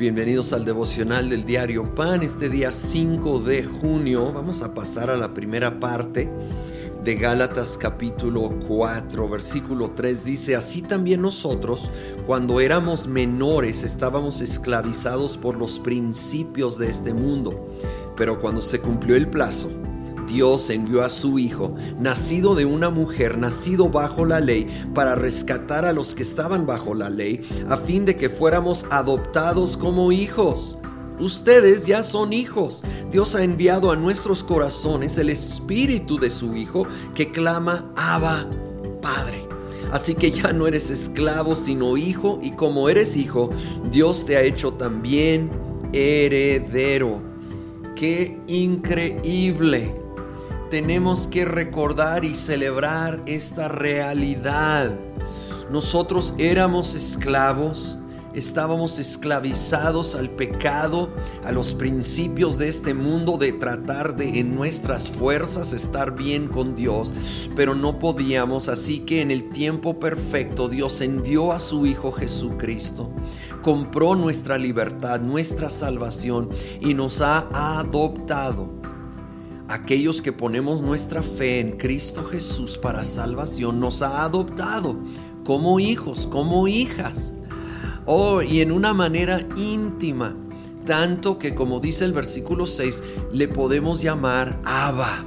Bienvenidos al devocional del diario Pan. Este día 5 de junio vamos a pasar a la primera parte de Gálatas capítulo 4, versículo 3. Dice: así también nosotros, cuando éramos menores, estábamos esclavizados por los principios de este mundo. Pero cuando se cumplió el plazo, Dios envió a su Hijo, nacido de una mujer, nacido bajo la ley, para rescatar a los que estaban bajo la ley, a fin de que fuéramos adoptados como hijos. Ustedes ya son hijos. Dios ha enviado a nuestros corazones el Espíritu de su Hijo, que clama: Abba, Padre. Así que ya no eres esclavo, sino hijo, y como eres hijo, Dios te ha hecho también heredero. ¡Qué increíble! Tenemos que recordar y celebrar esta realidad. Nosotros éramos esclavos, estábamos esclavizados al pecado, a los principios de este mundo, de tratar de en nuestras fuerzas estar bien con Dios, pero no podíamos. Así que en el tiempo perfecto Dios envió a su Hijo Jesucristo, compró nuestra libertad, nuestra salvación, y nos ha adoptado. Aquellos que ponemos nuestra fe en Cristo Jesús para salvación, nos ha adoptado como hijos, como hijas. Y en una manera íntima, tanto que, como dice el versículo 6, le podemos llamar Abba.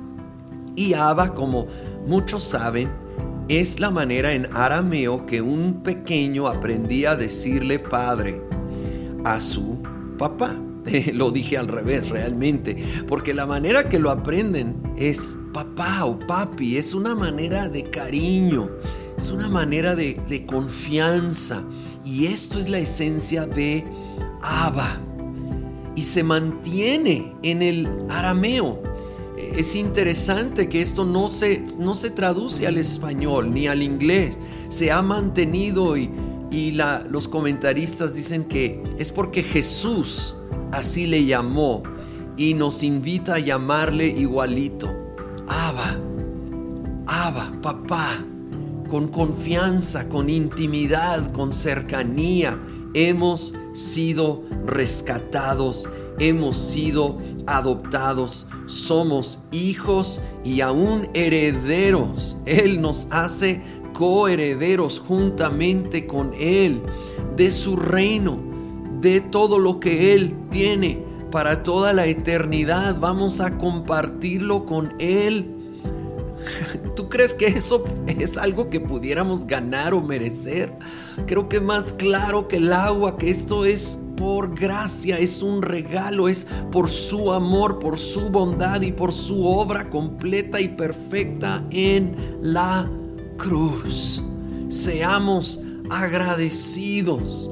Y Abba, como muchos saben, es la manera en arameo que un pequeño aprendía a decirle padre a su papá. Lo dije al revés realmente, porque la manera que lo aprenden es papá o papi. Es una manera de cariño, es una manera de confianza, y esto es la esencia de Abba, y se mantiene en el arameo. Es interesante que esto no se traduce al español ni al inglés, se ha mantenido, y los comentaristas dicen que es porque Jesús así le llamó y nos invita a llamarle igualito: Abba, Abba, papá. Con confianza, con intimidad, con cercanía, hemos sido rescatados, hemos sido adoptados, somos hijos y aún herederos. Él nos hace coherederos juntamente con Él de su reino, de todo lo que Él tiene para toda la eternidad. Vamos a compartirlo con Él. ¿Tú crees que eso es algo que pudiéramos ganar o merecer? Creo que más claro que el agua, que esto es por gracia, es un regalo, es por su amor, por su bondad y por su obra completa y perfecta en la cruz. Seamos agradecidos.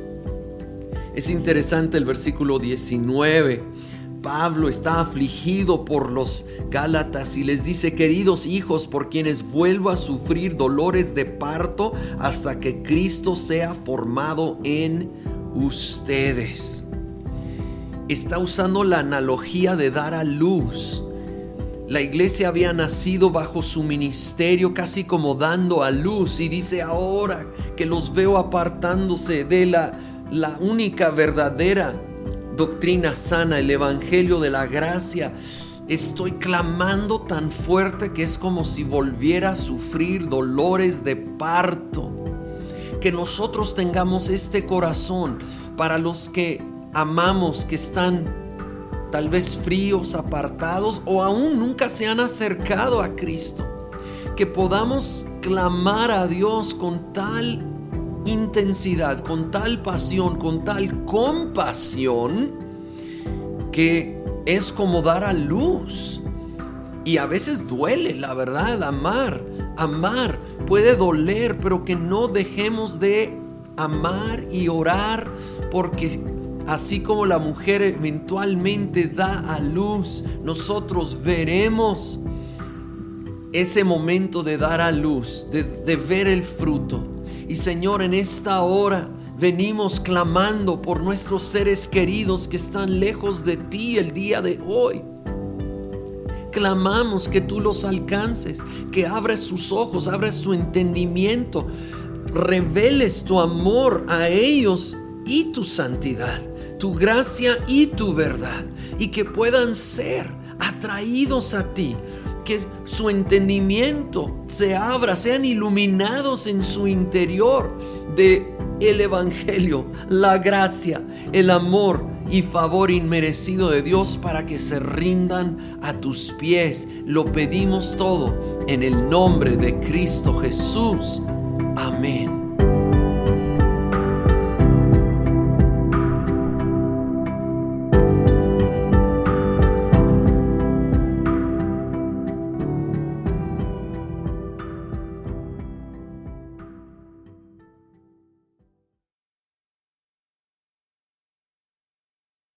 Es interesante el versículo 19. Pablo está afligido por los Gálatas y les dice: queridos hijos, por quienes vuelvo a sufrir dolores de parto hasta que Cristo sea formado en ustedes. Está usando la analogía de dar a luz. La iglesia había nacido bajo su ministerio, casi como dando a luz, y dice: ahora que los veo apartándose de la única verdadera doctrina sana, el evangelio de la gracia, estoy clamando tan fuerte que es como si volviera a sufrir dolores de parto. Que nosotros tengamos este corazón para los que amamos, que están tal vez fríos, apartados, o aún nunca se han acercado a Cristo. Que podamos clamar a Dios con tal intensidad, con tal pasión, con tal compasión, que es como dar a luz. Y a veces duele, la verdad. Amar puede doler, pero que no dejemos de amar y orar, porque así como la mujer eventualmente da a luz, nosotros veremos ese momento de dar a luz, de ver el fruto. Y Señor, en esta hora venimos clamando por nuestros seres queridos que están lejos de ti el día de hoy. Clamamos que tú los alcances, que abres sus ojos, abres su entendimiento, reveles tu amor a ellos y tu santidad, tu gracia y tu verdad, y que puedan ser atraídos a ti, que su entendimiento se abra, sean iluminados en su interior de el evangelio, la gracia, el amor y favor inmerecido de Dios, para que se rindan a tus pies. Lo pedimos todo en el nombre de Cristo Jesús. Amén.